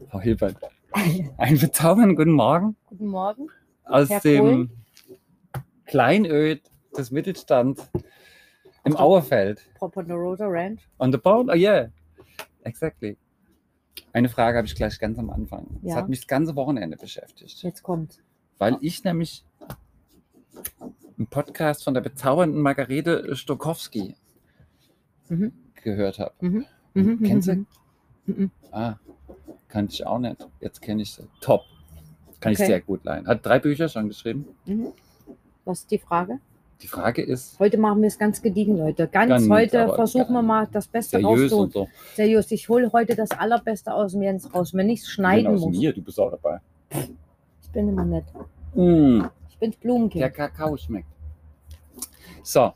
Frau Hilbert, einen bezaubernden guten Morgen Guten Morgen. aus Herr dem Kohlen. Kleinöd des Mittelstands im Auerfeld. Ponderosa Ranch. On the boat? Oh yeah, exactly. Eine Frage habe ich gleich ganz am Anfang. Das Ja. hat mich das ganze Wochenende beschäftigt. Jetzt kommt's. Weil ich nämlich einen Podcast von der bezaubernden Margarete Stokowski Mhm. gehört habe. Mhm. Kennst du? Mhm. Ah, kannte ich auch nicht. Jetzt kenne ich sie. Top. Kann ich Okay. sehr gut leihen. Hat 3 Bücher schon geschrieben. Mhm. Was ist die Frage? Die Frage ist, Heute machen wir es ganz gediegen, Leute. Ganz, Heute aber versuchen wir mal das Beste seriös rauszuholen. und so. Seriös. Ich hole heute das Allerbeste aus dem Jens raus, wenn ich es schneiden aus muss. mir, du bist auch dabei. Ich bin immer nett. Mm, Ich bin Blumenkind. der Kakao schmeckt. So,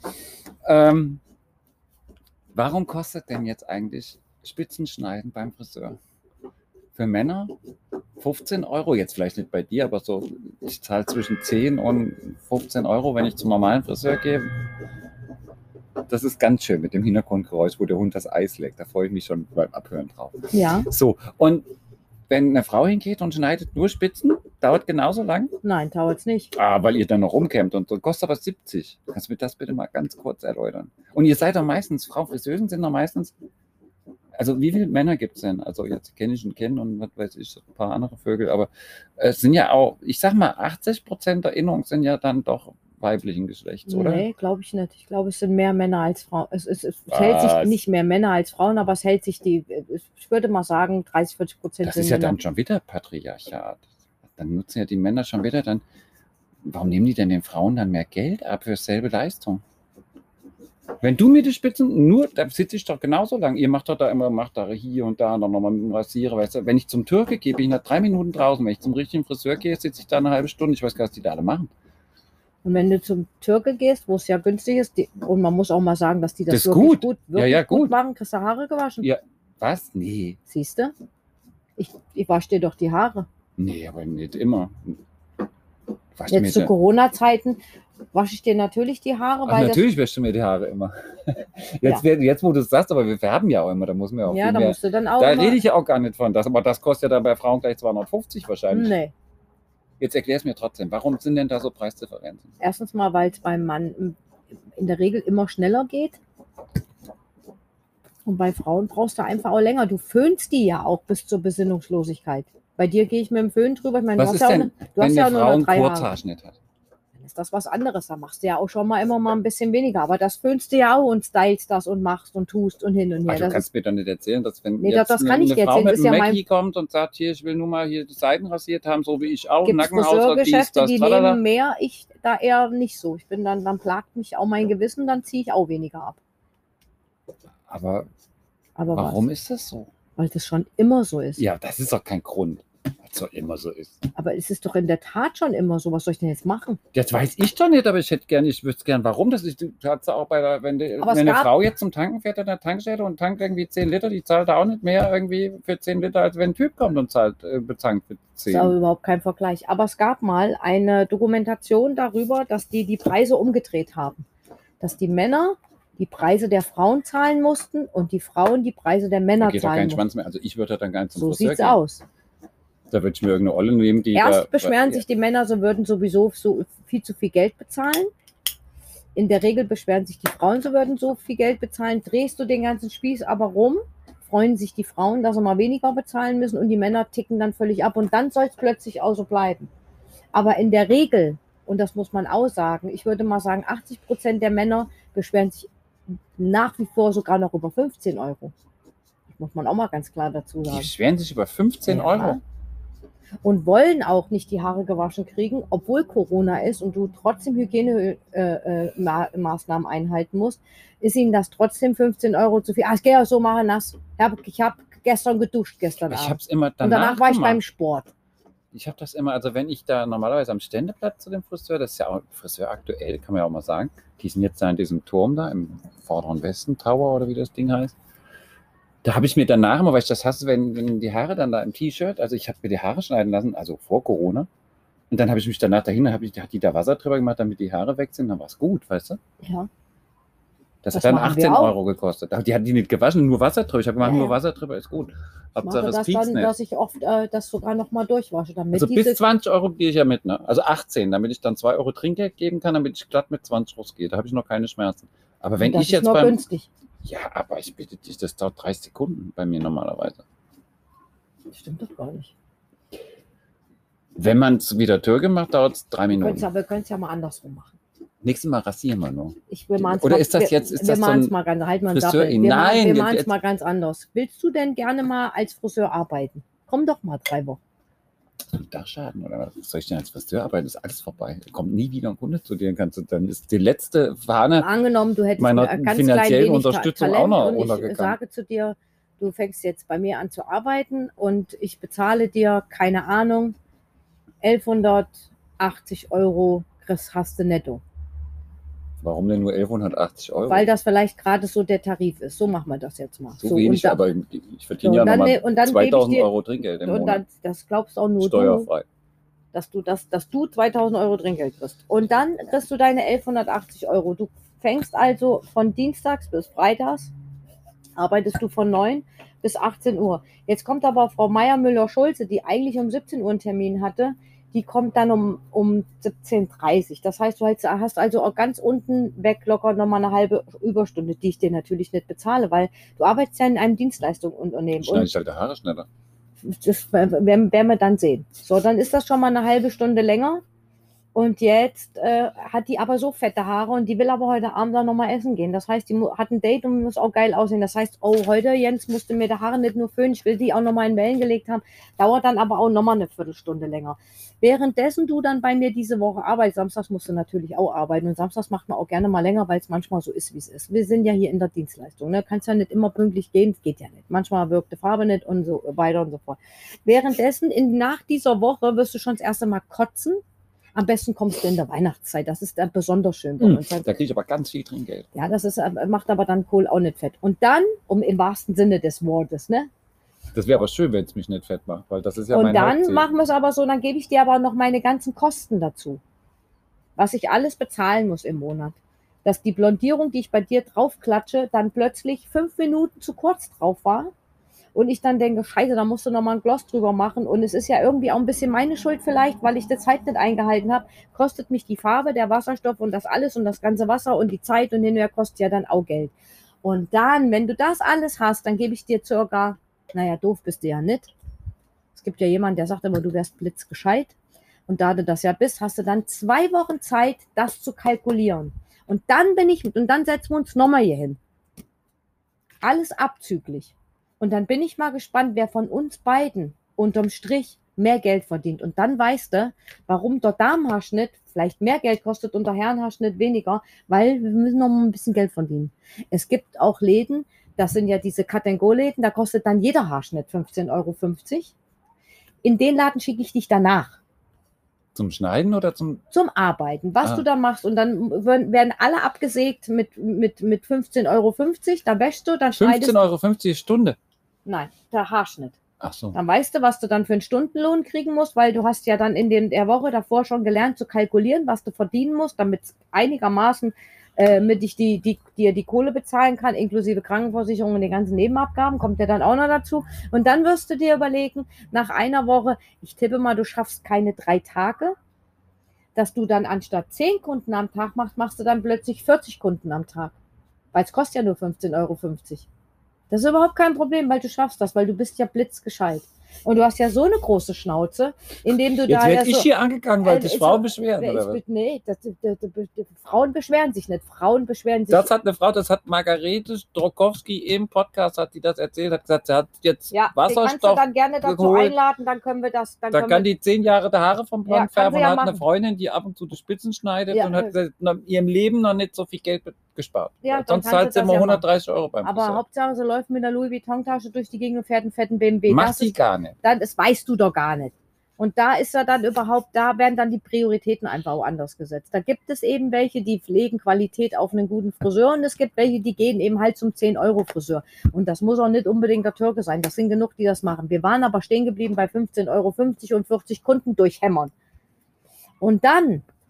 warum kostet denn jetzt eigentlich Spitzenschneiden beim Friseur? Für Männer 15 €, jetzt vielleicht nicht bei dir, aber so, ich zahle zwischen 10 und 15 €, wenn ich zum normalen Friseur gehe. Das ist ganz schön mit dem Hintergrundgeräusch, wo der Hund das Eis leckt. Da freue ich mich schon beim Abhören drauf. Ja. So, und wenn eine Frau hingeht und schneidet nur Spitzen, dauert genauso lang? Nein, dauert's nicht. Ah, weil ihr dann noch rumkämmt und so, kostet aber 70. Kannst du mir das bitte mal ganz kurz erläutern? Und ihr seid doch meistens, Frau Friseusen sind doch meistens, also wie viele Männer gibt es denn? Also jetzt kenne ich und kenne und was weiß ich, ein paar andere Vögel, aber es sind ja auch, ich sag mal, 80% der Innungen sind ja dann doch weiblichen Geschlechts, oder? Nee, glaube ich nicht. Ich glaube, es sind mehr Männer als Frauen. Es hält sich Was? nicht mehr Männer als Frauen, aber es hält sich ich würde mal sagen, 30-40% Das sind ist ja Männer. dann schon wieder Patriarchat. Dann nutzen ja die Männer schon wieder dann, warum nehmen die denn den Frauen dann mehr Geld ab für selbe Leistung? Wenn du mir die Spitzen, nur, da sitze ich doch genauso lang. Ihr macht doch da immer, macht da hier und da, dann nochmal mit dem Rasierer, weißt du. Wenn ich zum Türke gehe, bin ich nach 3 Minuten draußen. Wenn ich zum richtigen Friseur gehe, sitze ich da eine halbe Stunde. Ich weiß gar nicht, was die da alle machen. Und wenn du zum Türke gehst, wo es ja günstig ist, und man muss auch mal sagen, dass die das Das ist wirklich gut. wirklich gut. gut machen, kriegst du Haare gewaschen. Ja, was? Nee. Siehst du? Ich wasche dir doch die Haare. Nee, aber nicht immer. Wasch mir Jetzt zu da- Corona-Zeiten wasche ich dir natürlich die Haare, Ach, weil natürlich wäschst du mir die Haare immer. Jetzt, wo du es sagst, aber wir färben ja auch immer, da muss man ja auch ja, viel da mehr. musst du dann auch Da immer, rede ich ja auch gar nicht von. Aber das kostet ja dann bei Frauen gleich 250 wahrscheinlich. Nee. Jetzt erklär es mir trotzdem. Warum sind denn da so Preisdifferenzen? Erstens mal, weil es beim Mann in der Regel immer schneller geht. Und bei Frauen brauchst du einfach auch länger. Du föhnst die ja auch bis zur Besinnungslosigkeit. Bei dir gehe ich mit dem Föhn drüber. Ich meine, Was du ist hast ja denn, auch, du hast wenn ja auch eine nur Frau noch einen 3 Haare. Kurzhaarschnitt hat? Dann ist das was anderes. Da machst du ja auch schon mal immer mal ein bisschen weniger. Aber das föhnst du ja auch und stylst das und machst und tust und hin und her. Ach, du Das kannst ist, mir doch nicht erzählen, dass wenn Nee, jetzt das kann ich eine dir Frau erzählen. mit Das ist einem ja Mackie kommt und sagt, hier, ich will nur mal hier die Seiten rasiert haben, so wie ich auch, gibt Nackenhaut, dies, Friseurgeschäfte, das, die tralala. nehmen mehr, ich da eher nicht so. Ich bin dann plagt mich auch mein Gewissen, dann ziehe ich auch weniger ab. Aber Aber warum was? ist das so? Weil das schon immer so ist. Ja, das ist doch kein Grund, weil es doch immer so ist. Aber es ist doch in der Tat schon immer so. Was soll ich denn jetzt machen? Das weiß ich doch nicht, aber ich wüsste gern, warum. Das ist, du hast auch wenn Aber es eine gab- Frau jetzt zum Tanken fährt an der Tankstelle und tankt irgendwie 10 Liter, die zahlt da auch nicht mehr irgendwie für 10 Liter, als wenn ein Typ kommt und bezahlt für Das ist aber 10. überhaupt kein Vergleich. Aber es gab mal eine Dokumentation darüber, dass die Preise umgedreht haben. Dass die Männer die Preise der Frauen zahlen mussten und die Frauen die Preise der Da Männer geht doch zahlen kein mussten. Schwanz mehr. Also ich würde da gar nicht zum So Friseur sieht's gehen. aus. Da würde ich mir irgendeine Olle nehmen, die Erst da, beschweren sich die Männer, sie würden sowieso so viel zu viel Geld bezahlen. In der Regel beschweren sich die Frauen, sie würden so viel Geld bezahlen. Drehst du den ganzen Spieß aber rum, freuen sich die Frauen, dass sie mal weniger bezahlen müssen und die Männer ticken dann völlig ab und dann soll es plötzlich auch so bleiben. Aber in der Regel, und das muss man auch sagen, ich würde mal sagen, 80% der Männer beschweren sich nach wie vor sogar noch über 15 Euro. Das muss man auch mal ganz klar dazu die sagen. beschweren sich über 15 Ja. Euro. Und wollen auch nicht die Haare gewaschen kriegen, obwohl Corona ist und du trotzdem Hygienemaßnahmen einhalten musst, ist ihnen das trotzdem 15 Euro zu viel. Ich gehe ja so machen nass. Ich hab gestern geduscht, gestern Ich habe Abend. es immer Und danach war ich gemacht. beim Sport. Ich habe das immer, also wenn ich da normalerweise am Ständeplatz zu dem Friseur, das ist ja auch Friseur aktuell, kann man ja auch mal sagen, die sind jetzt da in diesem Turm da im vorderen Westen Tower oder wie das Ding heißt. Da habe ich mir danach immer, weil ich das hasse, wenn die Haare dann da im T-Shirt, also ich habe mir die Haare schneiden lassen, also vor Corona. Und dann habe ich mich danach dahin, hat die da Wasser drüber gemacht, damit die Haare weg sind, dann war es gut, weißt du? Ja. Das Das hat dann machen wir 18 auch. Euro gekostet. Aber die hat die nicht gewaschen, nur Wasser drüber. Ich habe gemacht, Ja, nur ja. Wasser drüber ist gut. Ich Hauptsache mache es das piekst dann, nicht. dass ich oft das sogar nochmal durchwasche, damit Also diese bis 20 Euro gehe ich ja mit, ne? Also 18, damit ich dann 2 Euro Trinkgeld geben kann, damit ich glatt mit 20 rausgehe. Da habe ich noch keine Schmerzen. Aber wenn und das ich ist jetzt nur beim... günstig. Ja, aber ich bitte dich, das dauert 30 Sekunden bei mir normalerweise. Das stimmt doch gar nicht. Wenn man es wieder Türke macht, dauert es 3 Wir Minuten. können es ja mal andersrum machen. Nächstes Mal rasieren wir nur. Oder ist das jetzt- ist wir das so machen es ein mal ganz, halt mal einen Friseur- Sappel. Nein, wir machen es jetzt- mal ganz anders. Willst du denn gerne mal als Friseur arbeiten? Komm doch mal 3 Wochen. Dachschaden oder was soll ich denn als Friseur arbeiten? Ist alles vorbei. Kommt nie wieder ein Kunde zu dir. Dann ist die letzte Fahne Angenommen, du hättest meiner ein ganz finanziellen klein wenig Unterstützung Talent auch noch und ich runtergegangen. sage zu dir, du fängst jetzt bei mir an zu arbeiten und ich bezahle dir, keine Ahnung, 1180 Euro hast du netto. Warum denn nur 1180 Euro? Weil das vielleicht gerade so der Tarif ist. So machen wir das jetzt mal. so wenig, und aber ich verdiene so, ja und dann- nochmal und dann gebe ich 2000 dir- Euro Trinkgeld im und Monat. dann, das glaubst auch nur du, Steuerfrei. dass du 2000 Euro Trinkgeld kriegst. Und dann kriegst du deine 1180 Euro. Du fängst also von Dienstags bis Freitags, arbeitest du von 9 bis 18 Uhr. Jetzt kommt aber Frau Meier-Müller-Schulze, die eigentlich um 17 Uhr einen Termin hatte, die kommt dann um 17:30 Uhr. Das heißt, du hast also auch ganz unten weg locker nochmal eine halbe Überstunde, die ich dir natürlich nicht bezahle, weil du arbeitest ja in einem Dienstleistungsunternehmen. Schneide ich halt die Haare schneller. Das werden wir dann sehen. So, dann ist das schon mal eine halbe Stunde länger. Und jetzt hat die aber so fette Haare und die will aber heute Abend dann nochmal essen gehen. Das heißt, die hat ein Date und muss auch geil aussehen. Das heißt, oh, heute, Jens, musste mir die Haare nicht nur föhnen, ich will die auch nochmal in Wellen gelegt haben. Dauert dann aber auch nochmal eine Viertelstunde länger. Währenddessen du dann bei mir diese Woche arbeitest, samstags musst du natürlich auch arbeiten. Und samstags macht man auch gerne mal länger, weil es manchmal so ist, wie es ist. Wir sind ja hier in der Dienstleistung. Ne? Kannst ja nicht immer pünktlich gehen, das geht ja nicht. Manchmal wirkt die Farbe nicht und so weiter und so fort. Währenddessen, nach dieser Woche wirst du schon das erste Mal kotzen. Am besten kommst du in der Weihnachtszeit. Das ist dann besonders schön bei uns. Da kriege ich aber ganz viel Trinkgeld. Ja, das ist, macht aber dann Kohl auch nicht fett. Und dann, im wahrsten Sinne des Wortes, ne? Das wäre aber schön, wenn es mich nicht fett macht, weil das ist ja Und mein dann Hauptziel. machen wir es aber so, dann gebe ich dir aber noch meine ganzen Kosten dazu. Was ich alles bezahlen muss im Monat. Dass die Blondierung, die ich bei dir draufklatsche, dann plötzlich 5 Minuten zu kurz drauf war. Und ich dann denke, scheiße, da musst du nochmal ein Gloss drüber machen. Und es ist ja irgendwie auch ein bisschen meine Schuld vielleicht, weil ich die Zeit nicht eingehalten habe. Kostet mich die Farbe, der Wasserstoff und das alles und das ganze Wasser und die Zeit und hinterher kostet ja dann auch Geld. Und dann, wenn du das alles hast, dann gebe ich dir circa, naja, doof bist du ja nicht. Es gibt ja jemanden, der sagt immer, du wärst blitzgescheit. Und da du das ja bist, hast du dann 2 Wochen Zeit, das zu kalkulieren. Und dann dann setzen wir uns nochmal hier hin. Alles abzüglich. Und dann bin ich mal gespannt, wer von uns beiden unterm Strich mehr Geld verdient. Und dann weißt du, warum der Damenhaarschnitt vielleicht mehr Geld kostet und der Herrenhaarschnitt weniger, weil wir müssen noch mal ein bisschen Geld verdienen. Es gibt auch Läden, das sind ja diese Cut-and-Go-Läden, da kostet dann jeder Haarschnitt 15,50 Euro. In den Laden schicke ich dich danach. Zum Schneiden oder zum... Zum Arbeiten, was du da machst. Und dann werden alle abgesägt mit 15,50 Euro. Da wäschst du, dann schneidest 15,50 Euro die Stunde? Nein, der Haarschnitt. Ach so. Dann weißt du, was du dann für einen Stundenlohn kriegen musst, weil du hast ja dann in der Woche davor schon gelernt zu kalkulieren, was du verdienen musst, damit es einigermaßen mit ich dir die Kohle bezahlen kann, inklusive Krankenversicherung und die ganzen Nebenabgaben, kommt ja dann auch noch dazu. Und dann wirst du dir überlegen, nach einer Woche, ich tippe mal, du schaffst keine 3 Tage, dass du dann anstatt 10 Kunden am Tag machst, machst du dann plötzlich 40 Kunden am Tag. Weil es kostet ja nur 15,50 Euro. Das ist überhaupt kein Problem, weil du schaffst das, weil du bist ja blitzgescheit. Und du hast ja so eine große Schnauze, indem du Jetzt da werde ja ich so... hier angegangen, weil sich Frauen beschweren, oder was? Nee, Frauen beschweren sich nicht. Frauen beschweren sich... Das hat eine Frau, das hat Margarete Strokowski im Podcast, hat die das erzählt, hat gesagt, sie hat jetzt ja, die kannst du Wasserstoff dann gerne dazu geholt. einladen, dann können wir das... Da kann die 10 Jahre die Haare vom Blond Ja, kann färben sie und ja hat eine machen. Freundin, die ab und zu die Spitzen schneidet Ja, und hat gesagt, in ihrem Leben noch nicht so viel Geld gespart. Ja, dann Sonst kannst zahlt du sie das immer ja 130 Euro beim Aber Friseur. Hauptsache, sie läuft mit einer Louis Vuitton-Tasche durch die Gegend und fährt einen fetten BMW. Macht sie gar nicht. Das weißt du doch gar nicht. Und da ist er dann da werden dann die Prioritäten einfach auch anders gesetzt. Da gibt es eben welche, die pflegen Qualität auf einen guten Friseur und es gibt welche, die gehen eben halt zum 10-Euro-Friseur. Und das muss auch nicht unbedingt der Türke sein. Das sind genug, die das machen. Wir waren aber stehen geblieben bei 15,50 Euro und 40 Kunden durchhämmern. Und dann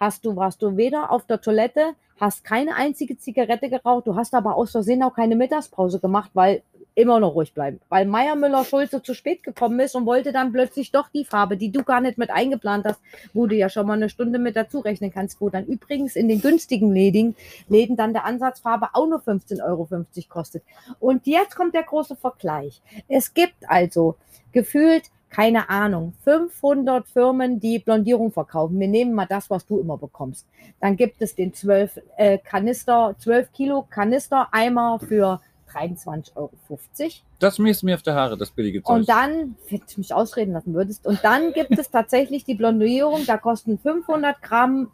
warst du weder auf der Toilette, hast keine einzige Zigarette geraucht, du hast aber aus Versehen auch keine Mittagspause gemacht, weil immer noch ruhig bleiben. Weil Meier Müller-Schulze zu spät gekommen ist und wollte dann plötzlich doch die Farbe, die du gar nicht mit eingeplant hast, wo du ja schon mal eine Stunde mit dazu rechnen kannst, wo dann übrigens in den günstigen Läden dann der Ansatzfarbe auch nur 15,50 € kostet. Und jetzt kommt der große Vergleich. Es gibt also gefühlt, keine Ahnung, 500 Firmen, die Blondierung verkaufen. Wir nehmen mal das, was du immer bekommst. Dann gibt es den 12 Kilo Kanister-Eimer für 23,50 €. Das schmierst du mir auf die Haare, das billige Zeug. Und dann, wenn du mich ausreden lassen würdest, und dann gibt es tatsächlich die Blondierung, da kosten 500 Gramm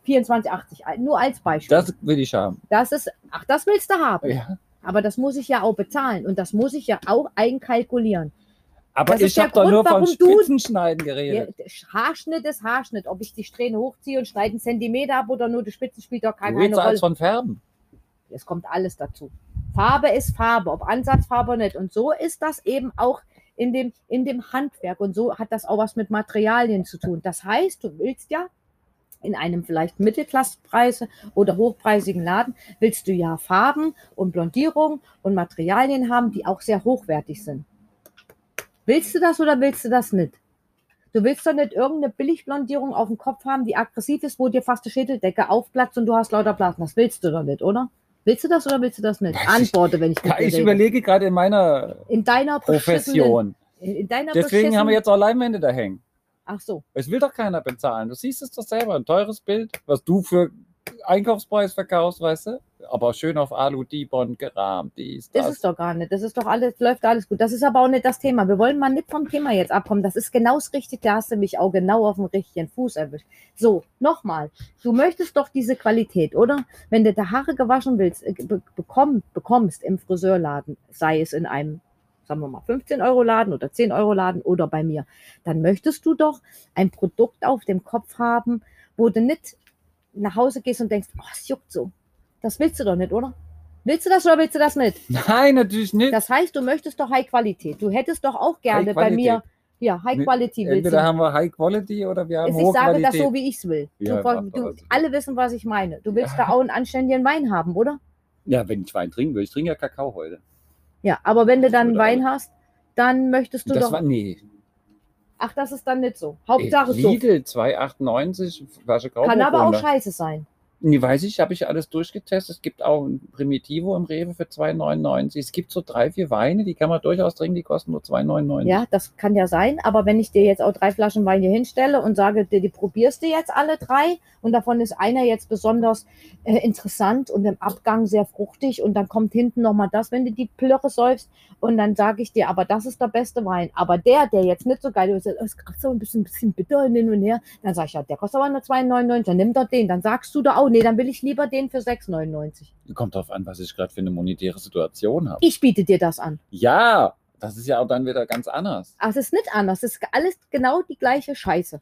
24,80 €. Nur als Beispiel. Das will ich haben. Das willst du haben. Ja. Aber das muss ich ja auch bezahlen und das muss ich ja auch einkalkulieren. Aber Das ist ich der habe doch Grund, nur von warum du- Spitzenschneiden geredet. Haarschnitt ist Haarschnitt. Ob ich die Strähne hochziehe und schneide einen Zentimeter ab oder nur die Spitzen, spielt doch Du keine redest Rolle. als von Färben. Es kommt alles dazu. Farbe ist Farbe, ob Ansatzfarbe oder nicht. Und so ist das eben auch in dem Handwerk. Und so hat das auch was mit Materialien zu tun. Das heißt, du willst ja in einem vielleicht Mittelklassepreise oder hochpreisigen Laden, willst du ja Farben und Blondierung und Materialien haben, die auch sehr hochwertig sind. Willst du das oder willst du das nicht? Du willst doch nicht irgendeine Billigblondierung auf dem Kopf haben, die aggressiv ist, wo dir fast die Schädeldecke aufplatzt und du hast lauter Blasen. Das willst du doch nicht, oder? Willst du das oder willst du das nicht? Antworte, wenn ich mit dir Ich rede. überlege gerade in meiner In deiner Profession. In deiner Deswegen haben wir jetzt auch Leinwände da hängen. Ach so. Es will doch keiner bezahlen. Du siehst es doch selber. Ein teures Bild, was du für Einkaufspreis verkaufst, weißt du? Aber schön auf Alu-Dibond gerahmt. Das ist doch gar nicht. Das ist doch alles, läuft alles gut. Das ist aber auch nicht das Thema. Wir wollen mal nicht vom Thema jetzt abkommen. Das ist genau das Richtige. Da hast du mich auch genau auf dem richtigen Fuß erwischt. So, nochmal. Du möchtest doch diese Qualität, oder? Wenn du die Haare gewaschen willst, bekommst im Friseurladen, sei es in einem, sagen wir mal, 15-€ Laden oder 10-€ Laden oder bei mir, dann möchtest du doch ein Produkt auf dem Kopf haben, wo du nicht nach Hause gehst und denkst, oh, es juckt so. Das willst du doch nicht, oder? Willst du das oder willst du das nicht? Nein, natürlich nicht. Das heißt, du möchtest doch High Qualität. Du hättest doch auch gerne bei mir, ja, High Quality willst Entweder du. haben wir High Quality oder wir haben Ich hohe sage Qualität. das so, wie ich es will. Ja, Alle wissen, was ich meine. Du willst da auch einen anständigen Wein haben, oder? Ja, wenn ich Wein trinken will. Ich trinke ja Kakao heute. Ja, aber wenn du dann einen würde Wein hast, dann möchtest du Das doch... war, nee. Ach, das ist dann nicht so. Hauptsache so. Lidl 2,98 Flasche Grauburgunder. Kann aber auch scheiße sein. Nee, weiß ich, habe ich alles durchgetestet. Es gibt auch ein Primitivo im Rewe für 2,99. Es gibt so 3, 4 Weine, die kann man durchaus trinken, die kosten nur 2,99. Ja, das kann ja sein, aber wenn ich dir jetzt auch 3 Flaschen Wein hier hinstelle und sage, die probierst du jetzt alle 3 und davon ist einer jetzt besonders interessant und im Abgang sehr fruchtig und dann kommt hinten nochmal das, wenn du die Plörre säufst und dann sage ich dir, aber das ist der beste Wein. Aber der jetzt nicht so geil ist, es ist so ein bisschen bitter hin und her, dann sag ich, ja, der kostet aber nur 2,99, dann nimm doch den. Dann sagst du da auch, nee, dann will ich lieber den für 6,99. Kommt drauf an, was ich gerade für eine monetäre Situation habe. Ich biete dir das an. Ja, das ist ja auch dann wieder ganz anders. Ach, es ist nicht anders. Es ist alles genau die gleiche Scheiße.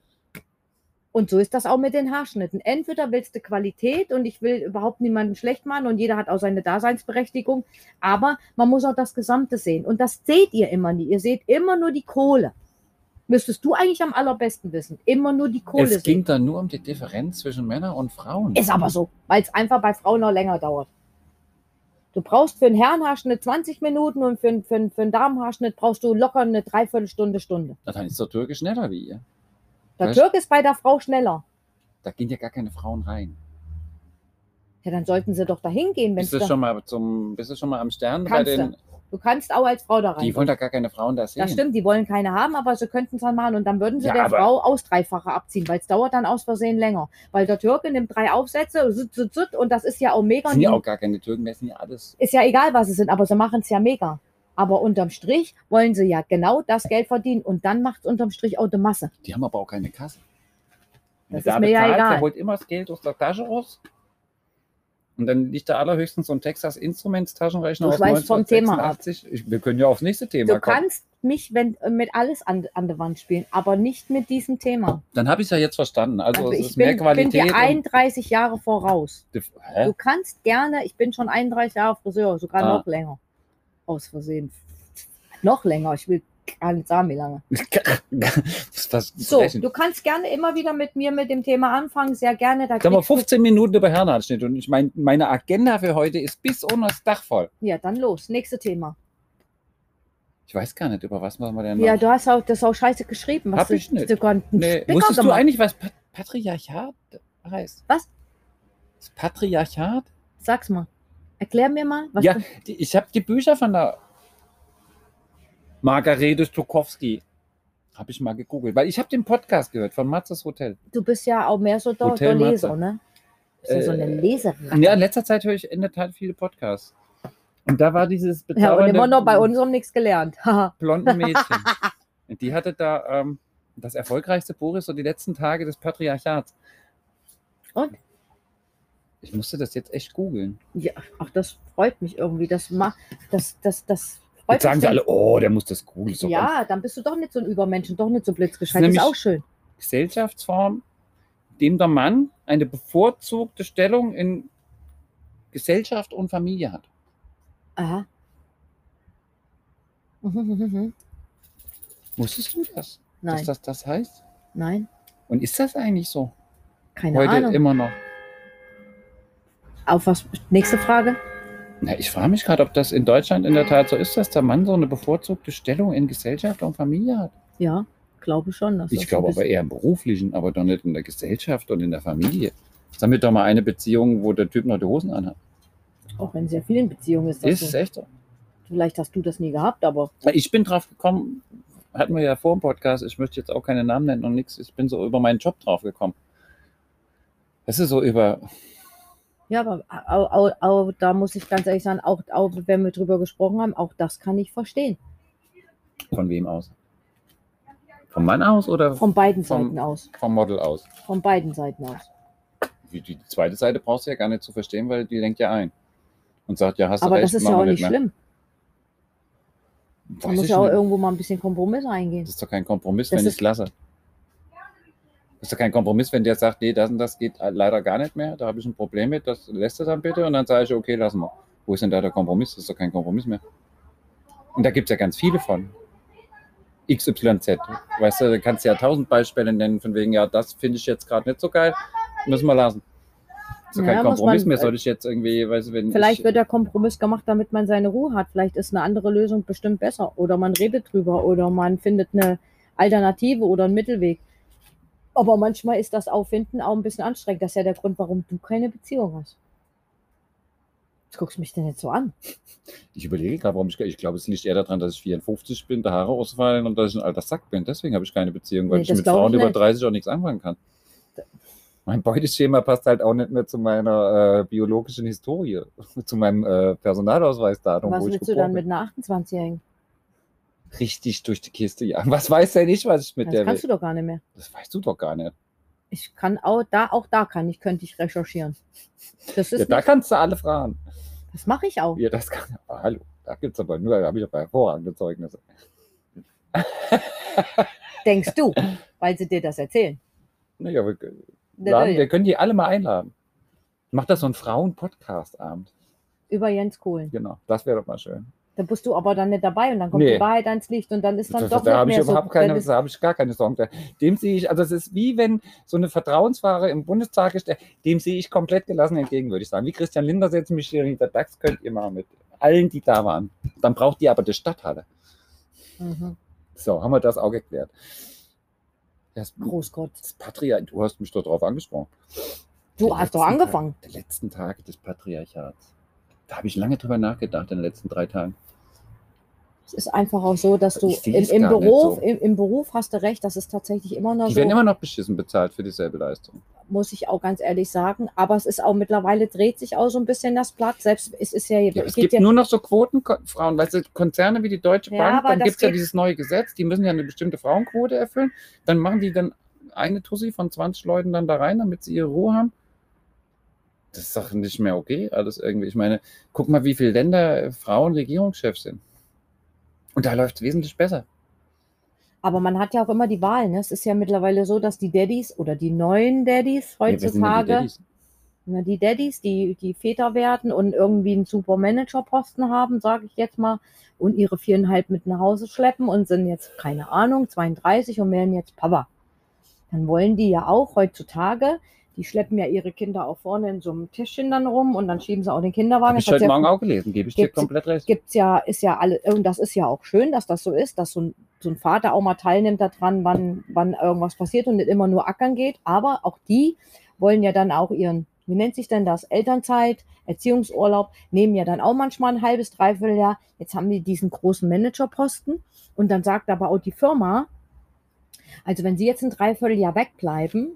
Und so ist das auch mit den Haarschnitten. Entweder willst du Qualität und ich will überhaupt niemanden schlecht machen und jeder hat auch seine Daseinsberechtigung, aber man muss auch das Gesamte sehen. Und das seht ihr immer nie. Ihr seht immer nur die Kohle. Müsstest du eigentlich am allerbesten wissen. Immer nur die Kohle Es ging sehen. dann nur um die Differenz zwischen Männern und Frauen. Ist aber so, weil es einfach bei Frauen noch länger dauert. Du brauchst für einen Herrenhaarschnitt 20 Minuten und für einen Damenhaarschnitt brauchst du locker eine Dreiviertelstunde. Na, dann ist der Türke schneller wie ihr. Der Weißt- Türk ist bei der Frau schneller. Da gehen ja gar keine Frauen rein. Ja, dann sollten sie doch dahin gehen, wenn Bist du schon mal am Stern bei Kannst den. du kannst auch als Frau da rein. Die wollen da gar keine Frauen da sehen. Das stimmt, die wollen keine haben, aber sie könnten es dann machen und dann würden sie Ja, der aber- Frau aus 3-fache abziehen, weil es dauert dann aus Versehen länger. Weil der Türke nimmt 3 Aufsätze und das ist ja auch mega. Das sind ja auch gar keine Türken, das sind ja alles. Ist ja egal, was sie sind, aber sie machen es ja mega. Aber unterm Strich wollen sie ja genau das Geld verdienen und dann macht es unterm Strich auch die Masse. Die haben aber auch keine Kasse. Das Wer ist mir ja bezahlt, egal. der holt immer das Geld aus der Tasche raus. Und dann liegt da allerhöchstens so ein Texas Instruments Taschenrechner Du aus schweifst vom Thema ab. 1986. Wir können ja aufs nächste Thema Du kommen. kannst mich mit alles an der Wand spielen, aber nicht mit diesem Thema. Dann habe ich es ja jetzt verstanden. Also, Also es ich ist mehr bin Qualität. dir 31 Jahre voraus. Hä? Du kannst gerne, ich bin schon 31 Jahre Friseur, sogar Ah. noch länger. Aus Versehen. Noch länger. Ich will gar nicht sagen, wie lange. Was So, brechen. du kannst gerne immer wieder mit mir mit dem Thema anfangen, sehr gerne. Da Sag mal, kriegst du- 15 Minuten über Herrenanschnitt und meine Agenda für heute ist bis unter das Dach voll. Ja, dann los, nächste Thema. Ich weiß gar nicht, über was machen wir denn Ja, noch. du hast auch das auch scheiße geschrieben. Hab ich nicht. Du konntest einen Nee, Spicker wusstest du gemacht. eigentlich, was Patriarchat heißt? Was? Das Patriarchat? Sag's mal. Erklär mir mal, was Ja, du... ich habe die Bücher von der Margarete Stokowski. Habe ich mal gegoogelt, weil ich habe den Podcast gehört von Matzes Hotel. Du bist ja auch mehr so der Hotel Leser, Matze. ne? Du bist ja so eine Leserin. Ja, in letzter Zeit höre ich in der Tat viele Podcasts. Und da war dieses Ja, und immer noch bei bezaubernde unserem nichts gelernt. Haha. blonde Mädchen. Und die hatte da das erfolgreichste Buch ist so die letzten Tage des Patriarchats. Und? Ich musste das jetzt echt googeln. Ja, ach, das freut mich irgendwie. Das freut Jetzt mich. sagen sie alle, oh, der muss das googeln. So Ja, dann bist du doch nicht so ein Übermensch und doch nicht so blitzgescheit. Das Das ist ist auch nämlich- schön. Gesellschaftsform, dem der Mann eine bevorzugte Stellung in Gesellschaft und Familie hat. Aha. Mhm. Wusstest du das? Nein, Dass das heißt? nein, Und ist das eigentlich so? keine Heute Ahnung. immer noch. Auf was? Nächste Frage. Na, ich frage mich gerade, ob das in Deutschland in der Tat so ist, dass der Mann so eine bevorzugte Stellung in Gesellschaft und Familie hat. Ja, glaube schon. Dass Ich das glaube ein aber eher im beruflichen, aber doch nicht in der Gesellschaft und in der Familie. Sag mir doch mal eine Beziehung, wo der Typ noch die Hosen anhat. bisschen- Auch in sehr vielen Beziehungen ist das Ist so. echt so. Vielleicht hast du das nie gehabt, aber Ich bin drauf gekommen, hatten wir ja vor dem Podcast, ich möchte jetzt auch keine Namen nennen und nichts, ich bin so über meinen Job drauf gekommen. Das ist so über, ja, aber auch, da muss ich ganz ehrlich sagen, auch wenn wir drüber gesprochen haben, auch das kann ich verstehen. von wem aus? Vom Mann aus oder Von beiden Vom- Seiten aus. vom Model aus? Von beiden Seiten aus. Die zweite Seite brauchst du ja gar nicht zu verstehen, weil die lenkt ja ein. Und sagt, ja, hast du Aber recht, das ist machen ja wir auch nicht mehr. schlimm. Man Weiß muss ich ja auch nicht. irgendwo mal ein bisschen Kompromisse eingehen. Das ist doch kein Kompromiss, Das wenn ich ist- es lasse. Das ist doch kein Kompromiss, wenn der sagt, nee, das und das geht leider gar nicht mehr, da habe ich ein Problem mit, das lässt du dann bitte und dann sage ich, okay, lassen wir. Wo ist denn da der Kompromiss? Das ist doch kein Kompromiss mehr. Und da gibt es ja ganz viele von. XYZ. Weißt du, da kannst du ja 1000 Beispiele nennen, von wegen, ja, das finde ich jetzt gerade nicht so geil, müssen wir lassen. Das ist doch Ja, kein muss Kompromiss man- mehr, soll ich jetzt irgendwie, weißt du, wenn Vielleicht ich, wird der Kompromiss gemacht, damit man seine Ruhe hat. Vielleicht ist eine andere Lösung bestimmt besser. Oder man redet drüber oder man findet eine Alternative oder einen Mittelweg. Aber manchmal ist das Auffinden auch ein bisschen anstrengend. Das ist ja der Grund, warum du keine Beziehung hast. Jetzt guckst du mich denn jetzt so an. ich überlege gerade, warum ich glaube, es liegt eher daran, dass ich 54 bin, der Haare ausfallen und dass ich ein alter Sack bin. Deswegen habe ich keine Beziehung, weil Nee, ich das mit glaub Frauen ich über nicht. 30 auch nichts anfangen kann. Mein Beuteschema passt halt auch nicht mehr zu meiner biologischen Historie, zu meinem Personalausweisdatum, Was wo ich willst du geboren dann bin. mit einer 28-Jährigen? Richtig durch die Kiste jagen. Was weiß der nicht, was ich mit Das der kannst will? du doch gar nicht mehr. Das weißt du doch gar nicht. Ich kann könnte ich recherchieren. Das ist Ja, da nicht, kannst du alle fragen. das mache ich auch. Ja, das kann. Aber hallo, da gibt es aber nur, da habe ich aber hervorragende Zeugnisse. Denkst du, weil sie dir das erzählen. Naja, wir Natürlich. können die alle mal einladen. Mach das so einen Frauen-Podcast-Abend. Über Jens Kohlen. Genau, das wäre doch mal schön. Da bist du aber dann nicht dabei und dann kommt Nee. die Wahrheit ans Licht und dann ist dann doch Da nicht habe ich mehr so. überhaupt keine, dann ist- da habe ich gar keine Sorgen. Dem sehe ich, also es ist wie wenn so eine Vertrauensfrage im Bundestag ist, dem sehe ich komplett gelassen entgegen, würde ich sagen. Wie Christian Lindner setzt mich hier hinter DAX, könnt ihr mal mit allen, die da waren. Dann braucht die aber die Stadthalle. Mhm. So, haben wir das auch geklärt. Das Großgott. Patriarchat, du hast mich doch drauf angesprochen. Du Der hast doch letzten angefangen. Der letzten Tage des Patriarchats. Da habe ich lange drüber nachgedacht in den letzten 3 Tagen. Es ist einfach auch so, dass du Ich sehe im, es im, gar nicht Beruf, so. im Beruf hast du recht, das ist tatsächlich immer noch Die so, werden immer noch beschissen bezahlt für dieselbe Leistung. muss ich auch ganz ehrlich sagen. Aber es ist auch mittlerweile, dreht sich auch so ein bisschen das Blatt. Selbst es ist ja, Ja, es geht gibt ja nur noch so Quotenfrauen, weißt du, Konzerne wie die Deutsche Ja, Bank, aber dann das gibt es ja geht- dieses neue Gesetz, die müssen ja eine bestimmte Frauenquote erfüllen, dann machen die dann eine Tussi von 20 Leuten dann da rein, damit sie ihre Ruhe haben. Das ist doch nicht mehr okay, alles irgendwie. Ich meine, guck mal, wie viele Länder Frauen Regierungschefs sind. Und da läuft es wesentlich besser. Aber man hat ja auch immer die Wahl. Ne? Es ist ja mittlerweile so, dass die Daddys oder die neuen Daddys Ja, wer sind denn die heutzutage, Daddys? Na, die Daddys, die Väter werden und irgendwie einen super Managerposten haben, sage ich jetzt mal, und ihre 4,5 mit nach Hause schleppen und sind jetzt, keine Ahnung, 32 und werden jetzt Papa. Dann wollen die ja auch heutzutage, die schleppen ja ihre Kinder auch vorne in so einem Tischchen dann rum und dann schieben sie auch den Kinderwagen. Habe ich heute Morgen auch gelesen, gebe ich dir komplett recht. Gibt's ja, ist ja alle, und das ist ja auch schön, dass das so ist, dass so ein Vater auch mal teilnimmt daran, wann irgendwas passiert und nicht immer nur ackern geht. Aber auch die wollen ja dann auch ihren, wie nennt sich denn das, Elternzeit, Erziehungsurlaub, nehmen ja dann auch manchmal ein halbes, dreiviertel Jahr. Jetzt haben die diesen großen Managerposten und dann sagt aber auch die Firma, also wenn sie jetzt ein Dreivierteljahr wegbleiben,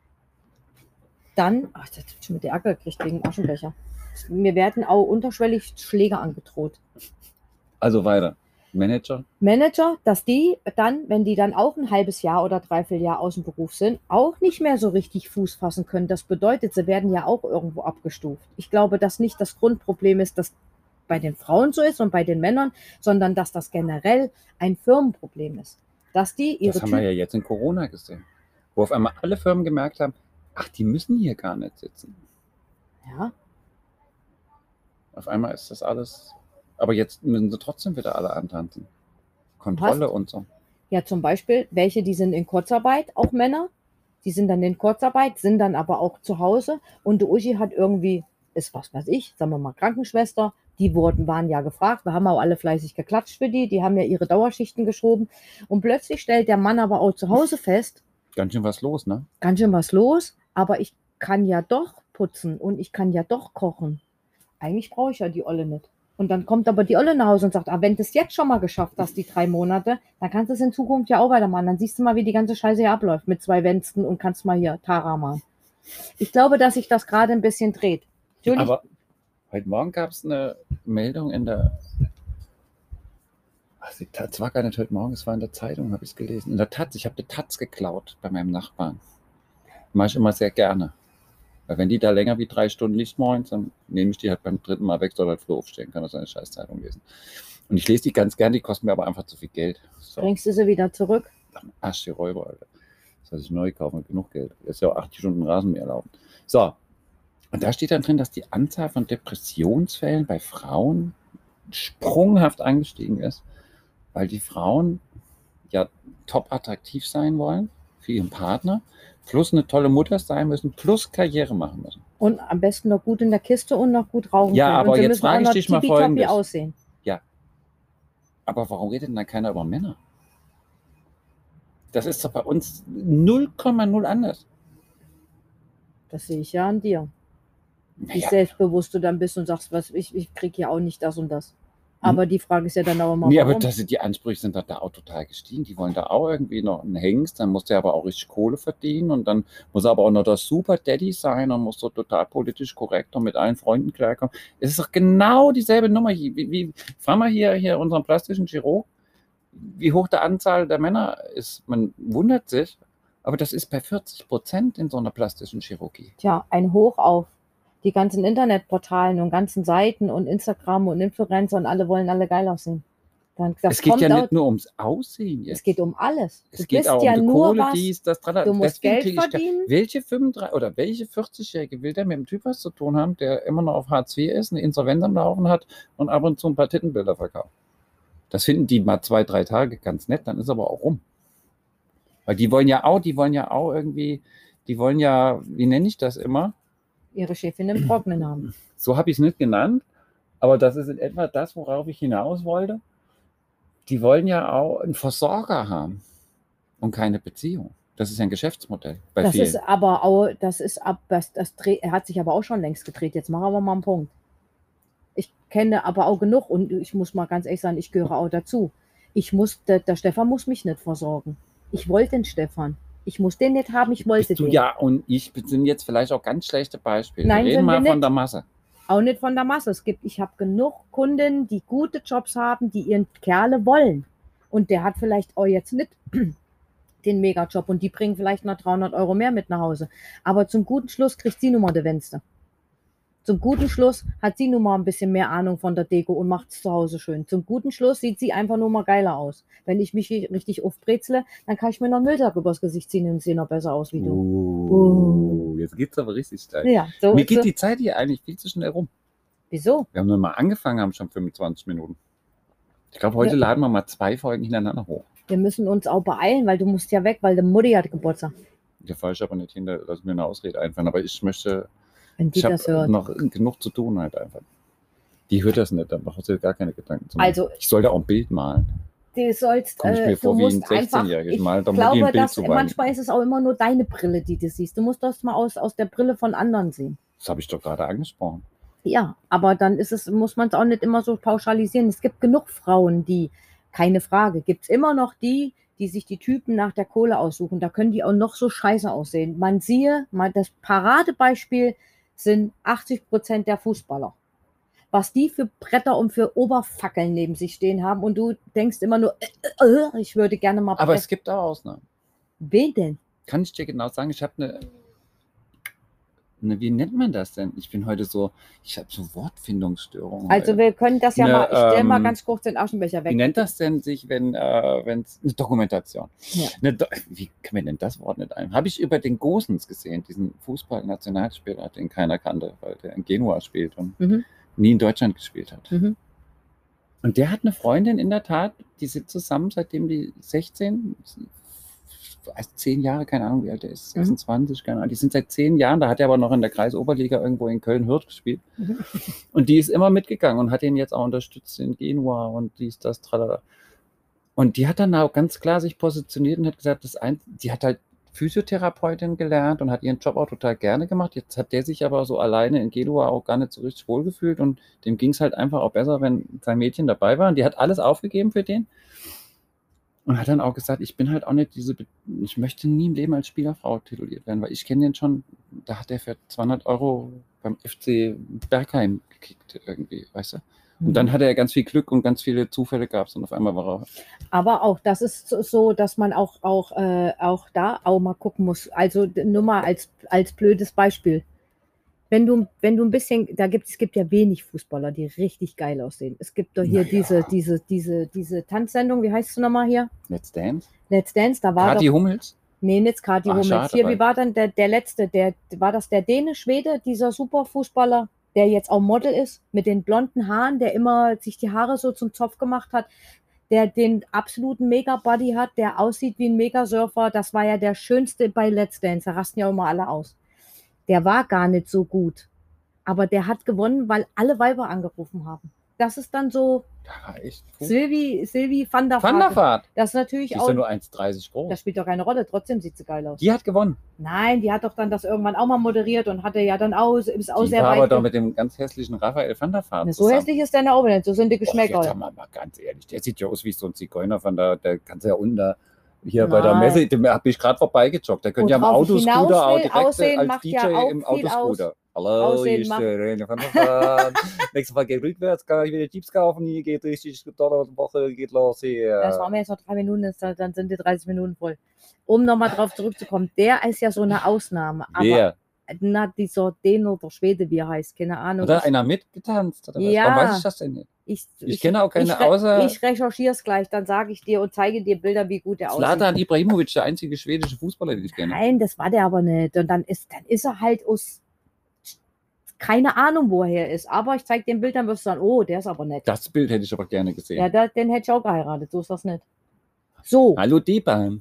dann, ach, das hat schon mit der Ärger gekriegt wegen Aschenbecher. Mir werden auch unterschwellig Schläge angedroht. Also weiter. Manager, dass die dann, wenn die dann auch ein halbes Jahr oder Dreivierteljahr aus dem Beruf sind, auch nicht mehr so richtig Fuß fassen können. Das bedeutet, sie werden ja auch irgendwo abgestuft. Ich glaube, dass nicht das Grundproblem ist, dass bei den Frauen so ist und bei den Männern, sondern dass das generell ein Firmenproblem ist. Dass die ihre das haben wir ja jetzt in Corona gesehen, wo auf einmal alle Firmen gemerkt haben, ach, die müssen hier gar nicht sitzen. Ja. Auf einmal ist das alles, aber jetzt müssen sie trotzdem wieder alle antanzen. Kontrolle und so. Ja, zum Beispiel, welche, die sind in Kurzarbeit, auch Männer, die sind dann in Kurzarbeit, sind dann aber auch zu Hause und die Uschi hat irgendwie, ist was weiß ich, sagen wir mal Krankenschwester, die waren ja gefragt, wir haben auch alle fleißig geklatscht für die haben ja ihre Dauerschichten geschoben und plötzlich stellt der Mann aber auch zu Hause fest, ganz schön was los, ne? Ganz schön was los, aber ich kann ja doch putzen und ich kann ja doch kochen. Eigentlich brauche ich ja die Olle nicht. Und dann kommt aber die Olle nach Hause und sagt, wenn du es jetzt schon mal geschafft hast, die 3 Monate, dann kannst du es in Zukunft ja auch weitermachen. Dann siehst du mal, wie die ganze Scheiße hier abläuft mit 2 Wensten und kannst mal hier Tara machen. Ich glaube, dass sich das gerade ein bisschen dreht. Natürlich, aber heute Morgen gab es eine Meldung in der, es war gar nicht heute Morgen, es war in der Zeitung, habe ich es gelesen. In der Taz, ich habe die Taz geklaut bei meinem Nachbarn. Mache ich immer sehr gerne. Weil wenn die da länger wie 3 Stunden nicht morgens, dann nehme ich die halt beim 3. Mal weg, soll halt früh aufstehen, kann das eine Scheißzeitung lesen. Und ich lese die ganz gern, die kosten mir aber einfach zu viel Geld. So. bringst du sie wieder zurück? Arsch die Räuber, Alter. Das heißt, ich neu kaufen mit genug Geld. Das ist ja auch 80 Stunden Rasenmäher erlaubt. So. Und da steht dann drin, dass die Anzahl von Depressionsfällen bei Frauen sprunghaft angestiegen ist, weil die Frauen ja top attraktiv sein wollen für ihren Partner, plus eine tolle Mutter sein müssen, plus Karriere machen müssen. Und am besten noch gut in der Kiste und noch gut rauchen Ja, können. aber und sie jetzt müssen frage auch ich noch dich mal tippitoppi Folgendes. aussehen. Ja. Aber warum redet denn da keiner über Männer? Das ist doch bei uns 0,0 anders. Das sehe ich ja an dir. Wie Naja, selbstbewusst du dann bist und sagst, ich kriege ja auch nicht das und das. Aber die Frage ist ja dann auch immer, nee, aber warum? die Ansprüche sind da auch total gestiegen. Die wollen da auch irgendwie noch einen Hengst, dann muss der aber auch richtig Kohle verdienen und dann muss er aber auch noch der Super Daddy sein und muss so total politisch korrekt und mit allen Freunden klarkommen. Es ist doch genau dieselbe Nummer hier. Frag mal hier unseren plastischen Chirurg, wie hoch die Anzahl der Männer ist. Man wundert sich, aber das ist bei 40% in so einer plastischen Chirurgie. Tja, ein Hoch auf die ganzen Internetportalen und ganzen Seiten und Instagram und Influencer und alle wollen alle geil aussehen. Es geht ja nicht nur ums Aussehen jetzt. Es geht um alles. Es geht auch um ja die nur Kohle, was. dies, das, dran. Du musst Deswegen Geld kriege ich verdienen. welche 35 oder welche 40-Jährige will der mit dem Typ was zu tun haben, der immer noch auf Hartz IV ist, eine Insolvenz am Laufen hat und ab und zu ein paar Tittenbilder verkauft? Das finden die mal 2, 3 Tage ganz nett, dann ist aber auch rum. Weil die wollen ja auch irgendwie, wie nenne ich das immer? Ihre Chefin im Trocknen haben. So habe ich es nicht genannt, aber das ist in etwa das, worauf ich hinaus wollte. Die wollen ja auch einen Versorger haben und keine Beziehung. Das ist ja ein Geschäftsmodell bei Das vielen. ist aber auch, er hat sich aber auch schon längst gedreht. Jetzt machen wir mal einen Punkt. Ich kenne aber auch genug und ich muss mal ganz ehrlich sagen, ich gehöre auch dazu. Der Stefan muss mich nicht versorgen. Ich wollte den Stefan. Ich muss den nicht haben, ich wollte Bist du den. ja, und ich sind jetzt vielleicht auch ganz schlechte Beispiele. Nein, wir reden sind wir mal von nicht. der Masse. Auch nicht von der Masse. Ich habe genug Kunden, die gute Jobs haben, die ihren Kerle wollen. Und der hat vielleicht auch jetzt nicht den Megajob und die bringen vielleicht noch 300 € mehr mit nach Hause. Aber zum guten Schluss kriegt sie nun mal die Wänste. Zum guten Schluss hat sie nun mal ein bisschen mehr Ahnung von der Deko und macht es zu Hause schön. Zum guten Schluss sieht sie einfach nur mal geiler aus. Wenn ich mich richtig aufbrezle, dann kann ich mir noch einen Müllsack übers Gesicht ziehen und sehe noch besser aus wie du. jetzt geht's aber richtig steil. Ja, so Mir ist geht so. die Zeit hier eigentlich viel zu schnell rum. Wieso? Wir haben nur mal angefangen, haben schon 25 Minuten. Ich glaube, heute laden wir mal 2 Folgen hintereinander hoch. Wir müssen uns auch beeilen, weil du musst ja weg, weil der Mutti hat Geburtstag. Der fall ich aber nicht hinter, lass mir eine Ausrede einfallen. Aber ich möchte, Wenn die ich das habe hört. noch genug zu tun halt einfach. Die hört das nicht, da macht sie gar keine Gedanken zu machen. Also, Ich sollte auch ein Bild malen. du sollst, Komm ich mir du vor wie ein musst einfach, 16-Jähriger. ich Mal, da muss ich ein glaube, Bild dass zu malen. manchmal ist es auch immer nur deine Brille, die du siehst. Du musst das mal aus der Brille von anderen sehen. Das habe ich doch gerade angesprochen. Ja, aber dann muss man es auch nicht immer so pauschalisieren. Es gibt genug Frauen, die, keine Frage, gibt es immer noch die sich die Typen nach der Kohle aussuchen. Da können die auch noch so scheiße aussehen. Man siehe, mal das Paradebeispiel sind 80% der Fußballer. Was die für Bretter und für Oberfackeln neben sich stehen haben und du denkst immer nur, ich würde gerne mal... Aber es gibt auch Ausnahmen. Wen denn? Kann ich dir genau sagen, ich habe eine, wie nennt man das denn? Ich bin heute so, ich habe so Wortfindungsstörungen. Also heute. wir können das ja Ne, mal, ich stelle mal ganz kurz den Aschenbecher weg. Wie nennt das denn sich, wenn es eine Dokumentation? Ja. Wie kann man denn das Wort nicht ein? Habe ich über den Gosens gesehen, diesen Fußball-Nationalspieler, den keiner kannte, weil der in Genua spielt und nie in Deutschland gespielt hat. Mhm. Und der hat eine Freundin in der Tat, die sind zusammen, seitdem die 16, 10 Jahre, keine Ahnung, wie alt er ist, 26, keine Ahnung. Die sind seit 10 Jahren, da hat er aber noch in der Kreisoberliga irgendwo in Köln-Hürth gespielt. Und die ist immer mitgegangen und hat ihn jetzt auch unterstützt in Genua und dies, das, tralala. Und die hat dann auch ganz klar sich positioniert und hat gesagt, die hat halt Physiotherapeutin gelernt und hat ihren Job auch total gerne gemacht. Jetzt hat der sich aber so alleine in Genua auch gar nicht so richtig wohlgefühlt und dem ging es halt einfach auch besser, wenn sein Mädchen dabei war. Und die hat alles aufgegeben für den. Und hat dann auch gesagt, ich bin halt auch nicht ich möchte nie im Leben als Spielerfrau tituliert werden, weil ich kenne den schon, da hat er für 200 € beim FC Bergheim gekickt irgendwie, weißt du? Und dann hatte er ganz viel Glück und ganz viele Zufälle gab es und auf einmal war er... Aber auch, das ist so, dass man auch da auch mal gucken muss. Also nur mal als blödes Beispiel. Wenn du ein bisschen, es gibt ja wenig Fußballer, die richtig geil aussehen. Es gibt doch hier diese Tanzsendung, wie heißt es nochmal hier? Let's Dance? Let's Dance, da war Kathi Hummels? Nee, nicht Kathi Hummels. Schade, hier, wie war dann der letzte? War das der Däne, Schwede, dieser Superfußballer, der jetzt auch Model ist, mit den blonden Haaren, der immer sich die Haare so zum Zopf gemacht hat, der den absoluten Mega-Body hat, der aussieht wie ein Megasurfer. Das war ja der schönste bei Let's Dance. Da rasten ja immer alle aus. Der war gar nicht so gut. Aber der hat gewonnen, weil alle Weiber angerufen haben. Das ist dann so Ja, echt. Sylvie van der Vaart. Van der Vaart. Das ist natürlich Die ist auch... ja nur 1,30 groß. Das spielt doch keine Rolle, trotzdem sieht sie geil aus. Die hat gewonnen. Nein, die hat doch dann das irgendwann auch mal moderiert und hatte ja dann auch, ist auch Die sehr war aber weit. doch mit dem ganz hässlichen Raphael van der Vaart So zusammen. hässlich ist der auch nicht, so sind die Jetzt Geschmäcker. haben wir mal ganz ehrlich, der sieht ja aus wie so ein Zigeuner von der kannst du ja unten da, hier bei der Messe, dem habe ich gerade vorbeigejoggt. Der könnte ja im Worauf ich Autoscooter auch hinaus will, direkt Aussehen als macht DJ ja auch im viel Autoscooter. Hallo, Aussehen hier ist macht- der René van der Vaart. Nächstes Mal geht rückwärts, kann ich wieder Chips kaufen. Hier geht richtig Woche, geht los hier. Das waren mir jetzt noch 3 Minuten, dann sind die 30 Minuten voll. Um nochmal drauf zurückzukommen, der ist ja so eine Ausnahme. Aber Wer? dieser Däne oder Schwede, wie er heißt, keine Ahnung. Hat da einer mitgetanzt? Oder was? Ja. Warum weiß ich das denn nicht? Ich kenne auch keine außer Ich recherchiere es gleich, dann sage ich dir und zeige dir Bilder, wie gut der aussieht. Zlatan Ibrahimovic, der einzige schwedische Fußballer, den ich kenne. Nein, das war der aber nicht. Und dann ist er halt aus keine Ahnung, wo er ist. Aber ich zeige dir ein Bild, dann wirst du sagen, oh, der ist aber nett. Das Bild hätte ich aber gerne gesehen. Ja, den hätte ich auch geheiratet, so ist das nicht. So, Hallo Deban.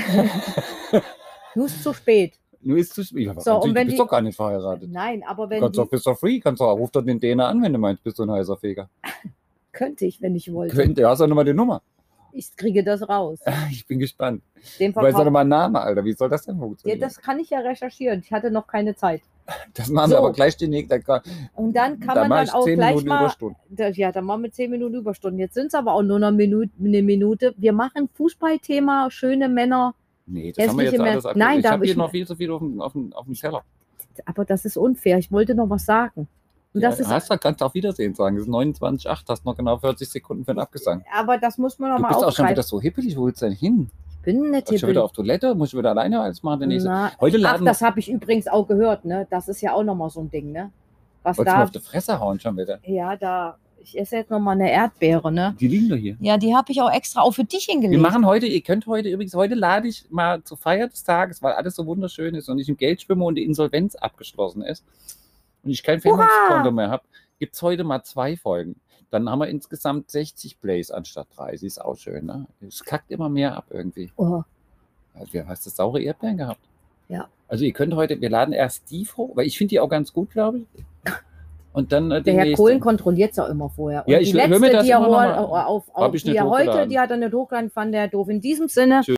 nur ist zu spät. Nur ist zu spät. So, und Du wenn bist die- doch gar nicht verheiratet. Nein, aber Du wenn kannst doch, bist doch free, kannst doch, ruf doch den Däner an, wenn du meinst, bist du ein heißer Feger. könnte ich, wenn ich wollte. Könnte, hast du nochmal die Nummer. Ich kriege das raus. Ich bin gespannt. Den Du weißt doch Verkauf. nochmal einen Namen, Alter. Wie soll das denn Ja, funktionieren? das kann ich ja recherchieren. Ich hatte noch keine Zeit. Das machen So. wir aber gleich die nächste. Und dann kann Da man mache dann ich auch 10 gleich Minuten mal. Überstunden. Ja, dann machen wir 10 Minuten Überstunden. Jetzt sind es aber auch nur noch eine Minute. Wir machen Fußballthema, schöne Männer. Nee, das haben wir jetzt Hässliche alles Männer. ab. Nein, ich da habe hier ich- noch viel zu viel auf dem Teller. Aber das ist unfair. Ich wollte noch was sagen. Und das Ja, ist, kannst du auf Wiedersehen sagen. Es ist 29,8, hast noch genau 40 Sekunden für den Abgesang. aber das muss man noch Du mal bist auch schon aufgreifen. wieder so hippelig. Wo willst du denn hin? Ich bin nicht Schon wieder auf Toilette? Muss ich wieder alleine alles machen? Der nächste? Na, Heute ach, laden das habe ich übrigens auch gehört. Ne? Das ist ja auch noch mal so ein Ding. Ne? Was Wolltest du mir da, auf die Fresse hauen schon wieder? ja, da Ich esse jetzt nochmal eine Erdbeere, ne? Die liegen doch hier. Ja, die habe ich auch extra auch für dich hingelegt. Wir machen heute, ihr könnt heute übrigens, heute lade ich mal zur Feier des Tages, weil alles so wunderschön ist und ich im Geld schwimme und die Insolvenz abgeschlossen ist und ich kein Finanzkonto mehr habe, gibt es heute mal 2 Folgen. Dann haben wir insgesamt 60 Plays anstatt 30. Ist auch schön, ne? Es kackt immer mehr ab irgendwie. Oh. Also, hast du saure Erdbeeren gehabt? Ja. Also ihr könnt heute, wir laden erst die vor, weil ich finde die auch ganz gut, glaube ich. Und dann Der Herr Kohlen kontrolliert es auch immer vorher. Und Ja, die ich höre letzte, mir das die er immer noch mal an. auf Hab ich die nicht er heute, hochgeladen. die hat er nicht hochgeladen, fand er doof. In diesem Sinne. Tschüss.